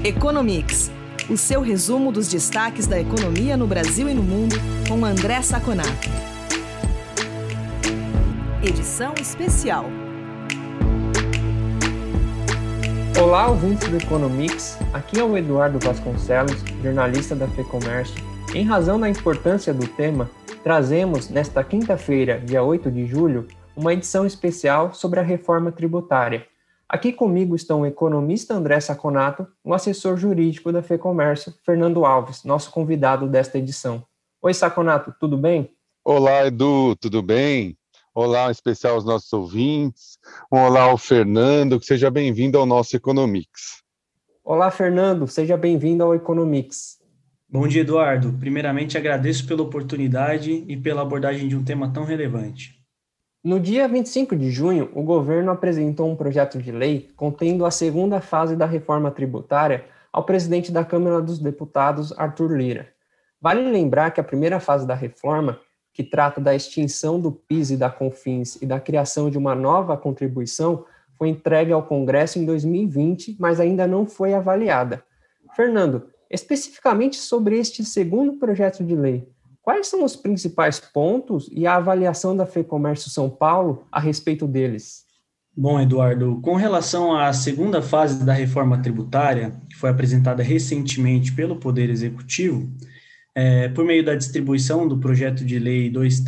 Economics, o seu resumo dos destaques da economia no Brasil e no mundo, com André Saconato. Edição especial. Olá, ouvintes do Economics. Aqui é o Eduardo Vasconcelos, jornalista da FEComércio. Em razão da importância do tema, trazemos, nesta quinta-feira, dia 8 de julho, uma edição especial sobre a reforma tributária. Aqui comigo estão o economista André Saconato, o assessor jurídico da FEComércio, Fernando Alves, nosso convidado desta edição. Oi, Saconato, tudo bem? Olá, Edu, tudo bem? Olá, em especial aos nossos ouvintes. Olá ao Fernando, que seja bem-vindo ao nosso Economics. Olá, Fernando, seja bem-vindo ao Economics. Bom dia, Eduardo. Primeiramente, agradeço pela oportunidade e pela abordagem de um tema tão relevante. No dia 25 de junho, o governo apresentou um projeto de lei contendo a segunda fase da reforma tributária ao presidente da Câmara dos Deputados, Arthur Lira. Vale lembrar que a primeira fase da reforma, que trata da extinção do PIS e da CONFINS e da criação de uma nova contribuição, foi entregue ao Congresso em 2020, mas ainda não foi avaliada. Fernando, especificamente sobre este segundo projeto de lei, quais são os principais pontos e a avaliação da FEComércio São Paulo a respeito deles? Bom, Eduardo, com relação à segunda fase da reforma tributária, que foi apresentada recentemente pelo Poder Executivo, por meio da distribuição do projeto de lei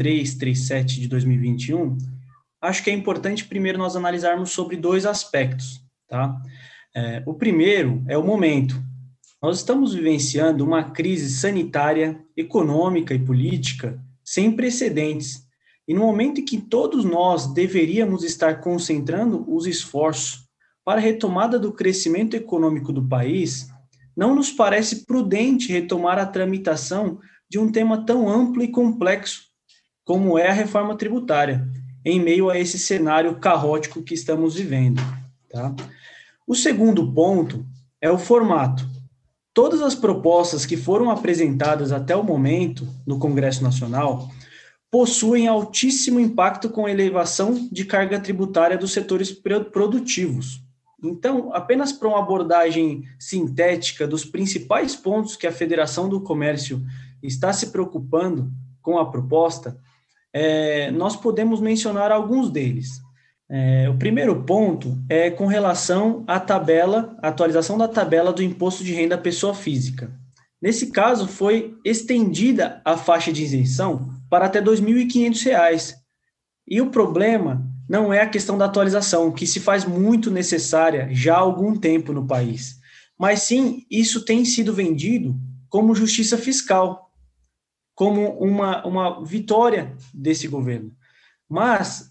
2337 de 2021, acho que é importante primeiro nós analisarmos sobre dois aspectos, tá? O primeiro é o momento. Nós estamos vivenciando uma crise sanitária, econômica e política sem precedentes. E no momento em que todos nós deveríamos estar concentrando os esforços para a retomada do crescimento econômico do país, não nos parece prudente retomar a tramitação de um tema tão amplo e complexo como é a reforma tributária, em meio a esse cenário caótico que estamos vivendo, tá? O segundo ponto é o formato. Todas as propostas que foram apresentadas até o momento no Congresso Nacional possuem altíssimo impacto com a elevação de carga tributária dos setores produtivos. Então, apenas para uma abordagem sintética dos principais pontos que a Federação do Comércio está se preocupando com a proposta, nós podemos mencionar alguns deles. O primeiro ponto é com relação à atualização da tabela do imposto de renda à pessoa física. Nesse caso, foi estendida a faixa de isenção para até R$ 2.500. E o problema não é a questão da atualização, que se faz muito necessária já há algum tempo no país, mas sim, isso tem sido vendido como justiça fiscal, como uma vitória desse governo. Mas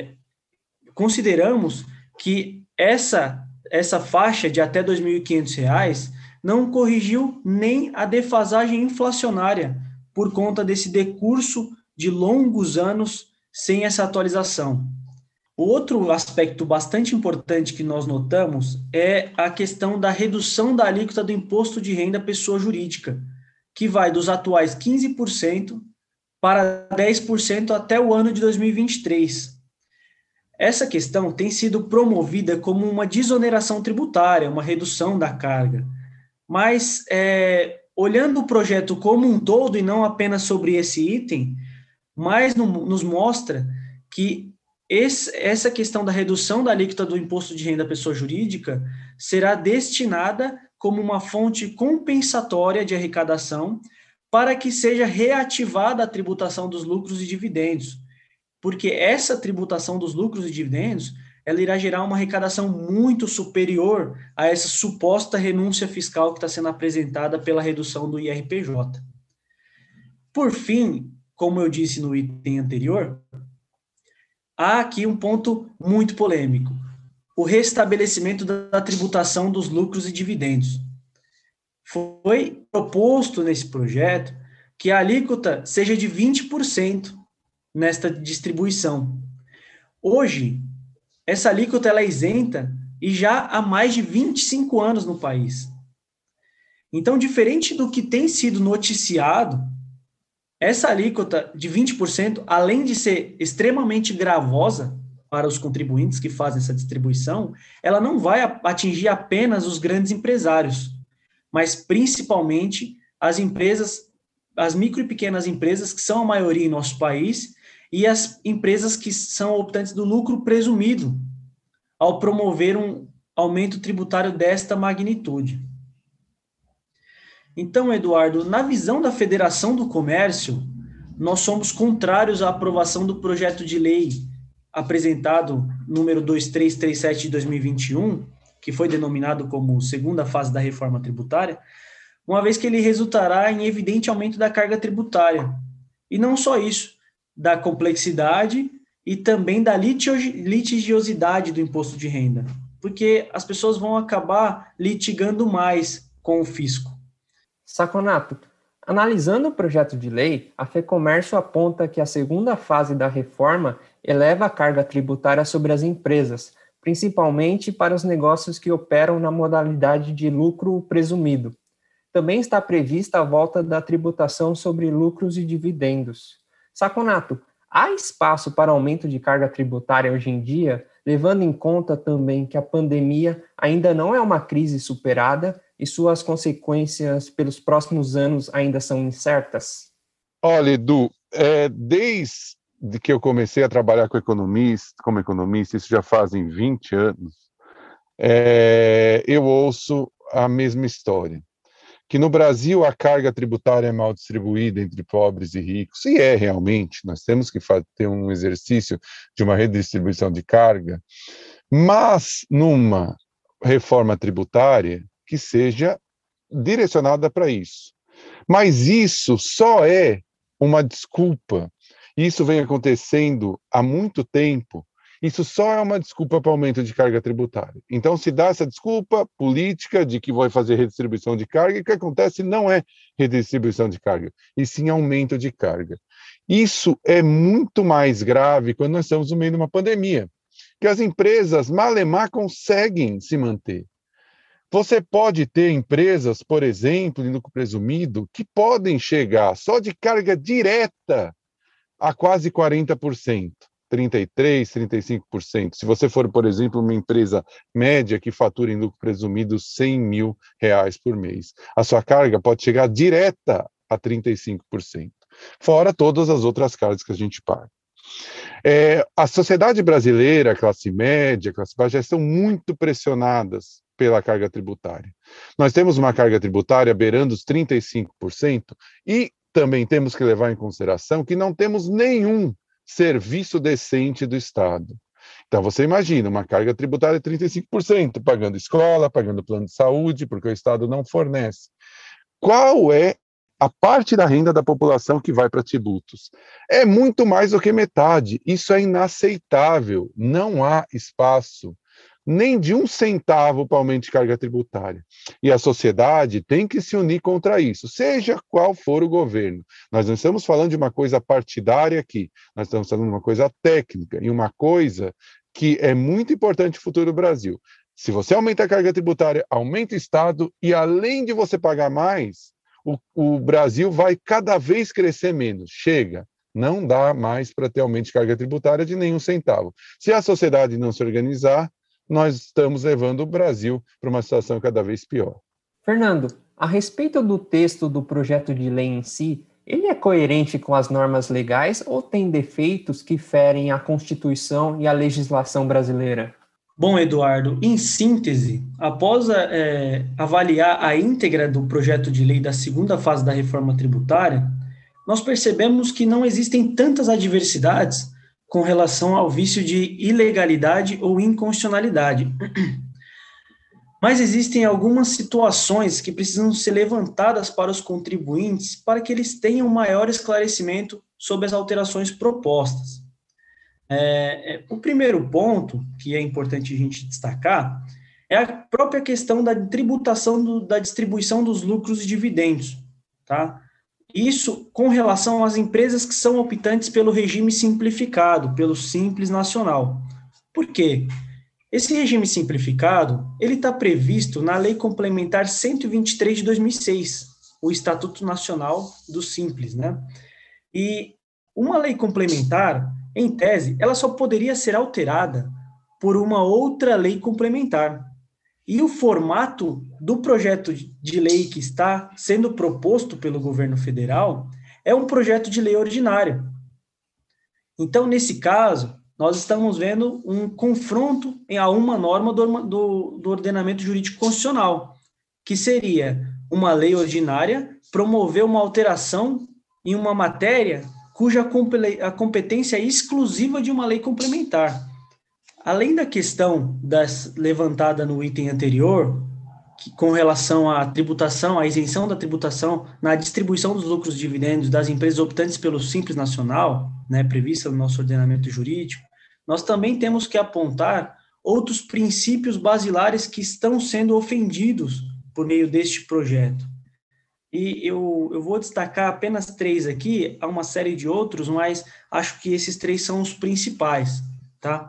consideramos que essa faixa de até R$ 2.500 não corrigiu nem a defasagem inflacionária por conta desse decurso de longos anos sem essa atualização. O outro aspecto bastante importante que nós notamos é a questão da redução da alíquota do imposto de renda à pessoa jurídica, que vai dos atuais 15% para 10% até o ano de 2023. Essa questão tem sido promovida como uma desoneração tributária, uma redução da carga. Mas, olhando o projeto como um todo e não apenas sobre esse item, mais nos mostra que essa questão da redução da alíquota do imposto de renda à pessoa jurídica será destinada como uma fonte compensatória de arrecadação para que seja reativada a tributação dos lucros e dividendos, porque essa tributação dos lucros e dividendos, ela irá gerar uma arrecadação muito superior a essa suposta renúncia fiscal que está sendo apresentada pela redução do IRPJ. Por fim, como eu disse no item anterior, há aqui um ponto muito polêmico, o restabelecimento da tributação dos lucros e dividendos. Foi proposto nesse projeto que a alíquota seja de 20%, nesta distribuição. Hoje, essa alíquota ela é isenta e já há mais de 25 anos no país. Então, diferente do que tem sido noticiado, essa alíquota de 20%, além de ser extremamente gravosa para os contribuintes que fazem essa distribuição, ela não vai atingir apenas os grandes empresários, mas principalmente as empresas, as micro e pequenas empresas, que são a maioria em nosso país, e as empresas que são optantes do lucro presumido, ao promover um aumento tributário desta magnitude. Então, Eduardo, na visão da Federação do Comércio, nós somos contrários à aprovação do projeto de lei apresentado, número 2337 de 2021, que foi denominado como segunda fase da reforma tributária, uma vez que ele resultará em evidente aumento da carga tributária. E não só isso, da complexidade e também da litigiosidade do imposto de renda, porque as pessoas vão acabar litigando mais com o fisco. Saconato, analisando o projeto de lei, a FEComércio aponta que a segunda fase da reforma eleva a carga tributária sobre as empresas, principalmente para os negócios que operam na modalidade de lucro presumido. Também está prevista a volta da tributação sobre lucros e dividendos. Saconato, há espaço para aumento de carga tributária hoje em dia, levando em conta também que a pandemia ainda não é uma crise superada e suas consequências pelos próximos anos ainda são incertas? Olha, Edu, desde que eu comecei a trabalhar como economista, isso já fazem 20 anos, eu ouço a mesma história. Que no Brasil a carga tributária é mal distribuída entre pobres e ricos, e é realmente, nós temos que ter um exercício de uma redistribuição de carga, mas numa reforma tributária que seja direcionada para isso. Mas isso só é uma desculpa, isso vem acontecendo há muito tempo, isso só é uma desculpa para aumento de carga tributária. Então, se dá essa desculpa política de que vai fazer redistribuição de carga, e o que acontece não é redistribuição de carga, e sim aumento de carga. Isso é muito mais grave quando nós estamos no meio de uma pandemia, que as empresas, malemar, conseguem se manter. Você pode ter empresas, por exemplo, em lucro presumido, que podem chegar só de carga direta a quase 40%. 33%, 35%. Se você for, por exemplo, uma empresa média que fatura em lucro presumido R$100 mil por mês, a sua carga pode chegar direta a 35%, fora todas as outras cargas que a gente paga. A sociedade brasileira, classe média, classe baixa, já estão muito pressionadas pela carga tributária. Nós temos uma carga tributária beirando os 35% e também temos que levar em consideração que não temos nenhum serviço decente do Estado. Então, você imagina, uma carga tributária de 35%, pagando escola, pagando plano de saúde, porque o Estado não fornece. Qual é a parte da renda da população que vai para tributos? É muito mais do que metade. Isso é inaceitável. Não há espaço nem de 1 centavo para aumento de carga tributária. E a sociedade tem que se unir contra isso, seja qual for o governo. Nós não estamos falando de uma coisa partidária aqui, nós estamos falando de uma coisa técnica e uma coisa que é muito importante no futuro do Brasil. Se você aumenta a carga tributária, aumenta o Estado e, além de você pagar mais, o Brasil vai cada vez crescer menos. Chega. Não dá mais para ter aumento de carga tributária de nenhum centavo. Se a sociedade não se organizar, nós estamos levando o Brasil para uma situação cada vez pior. Fernando, a respeito do texto do projeto de lei em si, ele é coerente com as normas legais ou tem defeitos que ferem a Constituição e a legislação brasileira? Bom, Eduardo, em síntese, após avaliar a íntegra do projeto de lei da segunda fase da reforma tributária, nós percebemos que não existem tantas adversidades com relação ao vício de ilegalidade ou inconstitucionalidade. Mas existem algumas situações que precisam ser levantadas para os contribuintes para que eles tenham maior esclarecimento sobre as alterações propostas. O primeiro ponto, que é importante a gente destacar, é a própria questão da tributação da distribuição dos lucros e dividendos, tá? Isso com relação às empresas que são optantes pelo regime simplificado, pelo Simples Nacional. Por quê? Esse regime simplificado, ele está previsto na Lei Complementar 123 de 2006, o Estatuto Nacional do Simples, né? E uma lei complementar, em tese, ela só poderia ser alterada por uma outra lei complementar. E o formato do projeto de lei que está sendo proposto pelo governo federal é um projeto de lei ordinário. Então, nesse caso, nós estamos vendo um confronto a uma norma do ordenamento jurídico constitucional, que seria uma lei ordinária promover uma alteração em uma matéria cuja a competência é exclusiva de uma lei complementar. Além da questão levantada no item anterior, com relação à tributação, à isenção da tributação na distribuição dos lucros e dividendos das empresas optantes pelo Simples Nacional, né, prevista no nosso ordenamento jurídico, nós também temos que apontar outros princípios basilares que estão sendo ofendidos por meio deste projeto. E eu vou destacar apenas 3 aqui, há uma série de outros, mas acho que esses 3 são os principais, tá?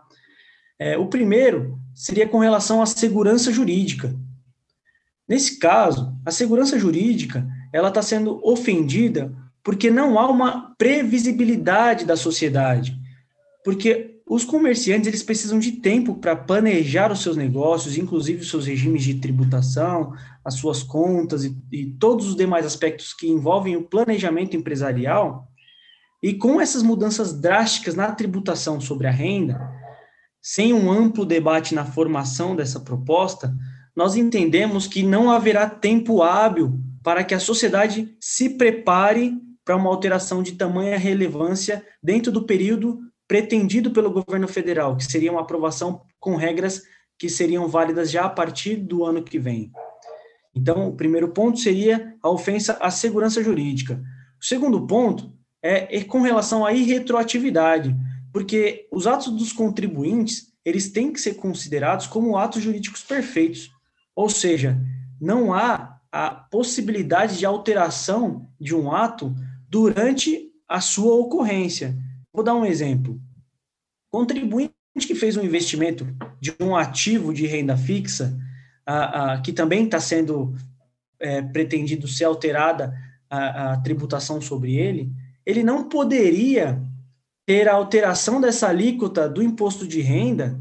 O primeiro seria com relação à segurança jurídica. Nesse caso, a segurança jurídica ela está sendo ofendida porque não há uma previsibilidade da sociedade, porque os comerciantes eles precisam de tempo para planejar os seus negócios, inclusive os seus regimes de tributação, as suas contas e todos os demais aspectos que envolvem o planejamento empresarial. E com essas mudanças drásticas na tributação sobre a renda, sem um amplo debate na formação dessa proposta, nós entendemos que não haverá tempo hábil para que a sociedade se prepare para uma alteração de tamanha relevância dentro do período pretendido pelo governo federal, que seria uma aprovação com regras que seriam válidas já a partir do ano que vem. Então, o primeiro ponto seria a ofensa à segurança jurídica. O segundo ponto é com relação à irretroatividade, porque os atos dos contribuintes, eles têm que ser considerados como atos jurídicos perfeitos, ou seja, não há a possibilidade de alteração de um ato durante a sua ocorrência. Vou dar um exemplo. Contribuinte que fez um investimento de um ativo de renda fixa, que também está sendo pretendido ser alterada a tributação sobre ele não poderia ter a alteração dessa alíquota do imposto de renda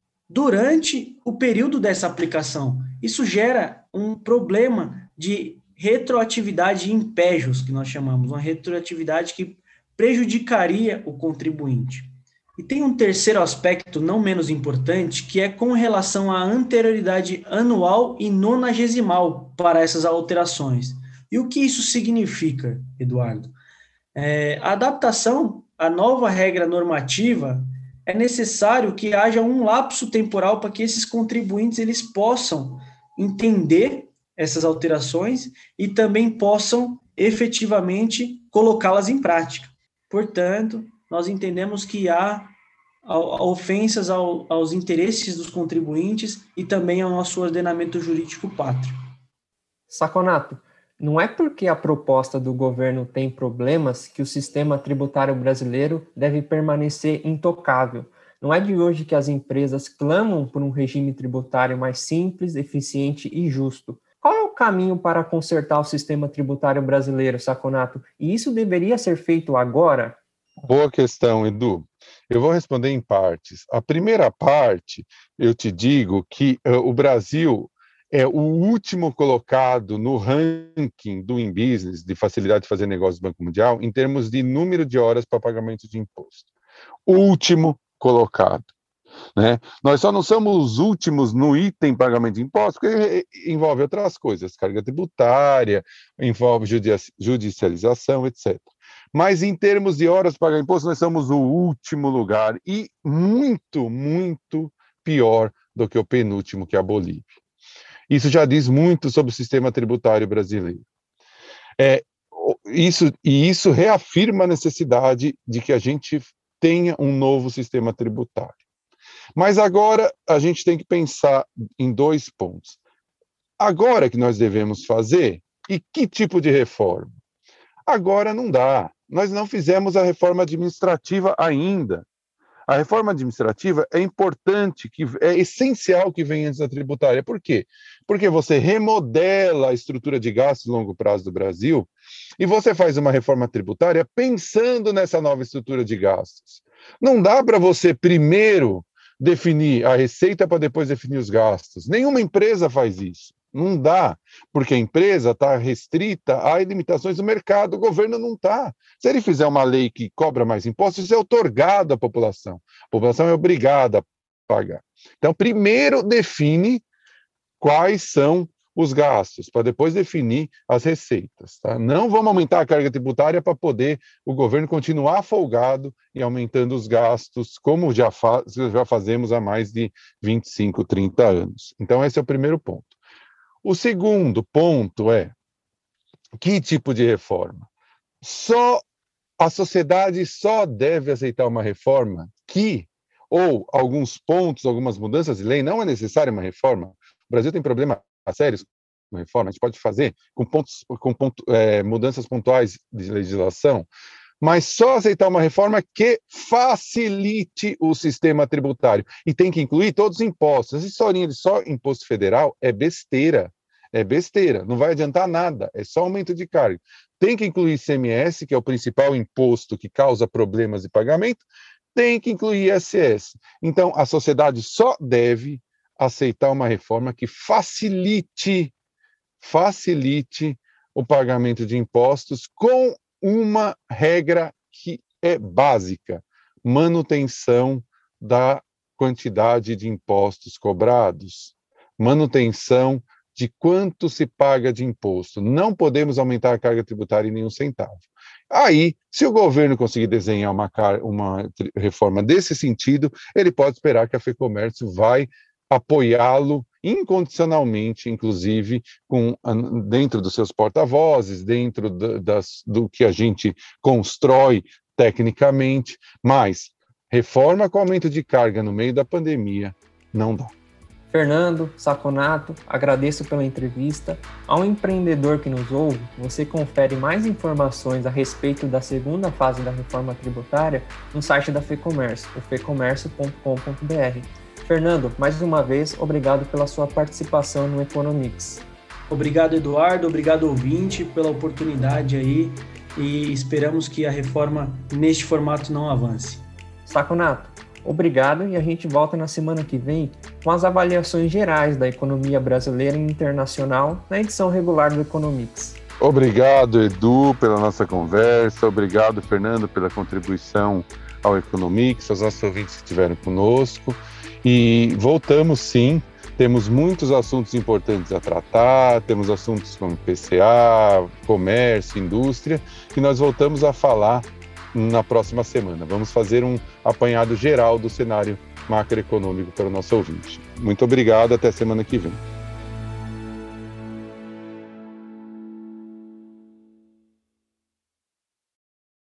durante o período dessa aplicação. Isso gera um problema de retroatividade em impégios, que nós chamamos, uma retroatividade que prejudicaria o contribuinte. E tem um terceiro aspecto não menos importante, que é com relação à anterioridade anual e nonagesimal para essas alterações. E o que isso significa, Eduardo? A adaptação à nova regra normativa é necessário que haja um lapso temporal para que esses contribuintes eles possam entender essas alterações e também possam efetivamente colocá-las em prática. Portanto, nós entendemos que há ofensas aos interesses dos contribuintes e também ao nosso ordenamento jurídico pátrio. Saconato, não é porque a proposta do governo tem problemas que o sistema tributário brasileiro deve permanecer intocável. Não é de hoje que as empresas clamam por um regime tributário mais simples, eficiente e justo. Qual é o caminho para consertar o sistema tributário brasileiro, Saconato? E isso deveria ser feito agora? Boa questão, Edu. Eu vou responder em partes. A primeira parte, eu te digo que o Brasil é o último colocado no ranking do InBusiness, de facilidade de fazer negócios do Banco Mundial, em termos de número de horas para pagamento de imposto. Último colocado. Né? Nós só não somos os últimos no item pagamento de impostos, porque envolve outras coisas, carga tributária, envolve judicialização, etc. Mas em termos de horas para pagar imposto, nós somos o último lugar e muito, muito pior do que o penúltimo, que é a Bolívia. Isso já diz muito sobre o sistema tributário brasileiro. Isso reafirma a necessidade de que a gente tenha um novo sistema tributário. Mas agora a gente tem que pensar em 2 pontos. Agora que nós devemos fazer, e que tipo de reforma? Agora não dá. Nós não fizemos a reforma administrativa ainda. A reforma administrativa é importante, é essencial que venha antes da tributária. Por quê? Porque você remodela a estrutura de gastos a longo prazo do Brasil e você faz uma reforma tributária pensando nessa nova estrutura de gastos. Não dá para você primeiro definir a receita para depois definir os gastos. Nenhuma empresa faz isso. Não dá, porque a empresa está restrita a limitações do mercado, o governo não está. Se ele fizer uma lei que cobra mais impostos, isso é outorgado à população. A população é obrigada a pagar. Então, primeiro define quais são os gastos, para depois definir as receitas. Tá? Não vamos aumentar a carga tributária para poder o governo continuar folgado e aumentando os gastos, como já fazemos há mais de 25, 30 anos. Então, esse é o primeiro ponto. O segundo ponto é, que tipo de reforma? A sociedade só deve aceitar uma reforma ou alguns pontos, algumas mudanças de lei, não é necessária uma reforma. O Brasil tem problemas sérios com reforma, a gente pode fazer com mudanças pontuais de legislação, mas só aceitar uma reforma que facilite o sistema tributário. E tem que incluir todos os impostos. Essa historinha de só imposto federal é besteira. É besteira, não vai adiantar nada, é só aumento de carga. Tem que incluir ICMS, que é o principal imposto que causa problemas de pagamento, tem que incluir ISS. Então, a sociedade só deve aceitar uma reforma que facilite o pagamento de impostos com uma regra que é básica: manutenção da quantidade de impostos cobrados, manutenção de quanto se paga de imposto. Não podemos aumentar a carga tributária em nenhum centavo. Aí, se o governo conseguir desenhar uma reforma desse sentido, ele pode esperar que a FEComércio vai apoiá-lo incondicionalmente, inclusive dentro dos seus porta-vozes, dentro do que a gente constrói tecnicamente, mas reforma com aumento de carga no meio da pandemia não dá. Fernando, Saconato, agradeço pela entrevista. Ao empreendedor que nos ouve, você confere mais informações a respeito da segunda fase da reforma tributária no site da FEComércio, o fecomércio.com.br. Fernando, mais uma vez, obrigado pela sua participação no Economics. Obrigado, Eduardo, obrigado, ouvinte, pela oportunidade aí, e esperamos que a reforma neste formato não avance. Saconato, obrigado, e a gente volta na semana que vem com as avaliações gerais da economia brasileira e internacional na edição regular do Economics. Obrigado, Edu, pela nossa conversa. Obrigado, Fernando, pela contribuição ao Economics, aos nossos ouvintes que estiveram conosco. E voltamos, sim. Temos muitos assuntos importantes a tratar, temos assuntos como PCA, comércio, indústria, que nós voltamos a falar na próxima semana. Vamos fazer um apanhado geral do cenário macroeconômico para o nosso ouvinte. Muito obrigado, até semana que vem.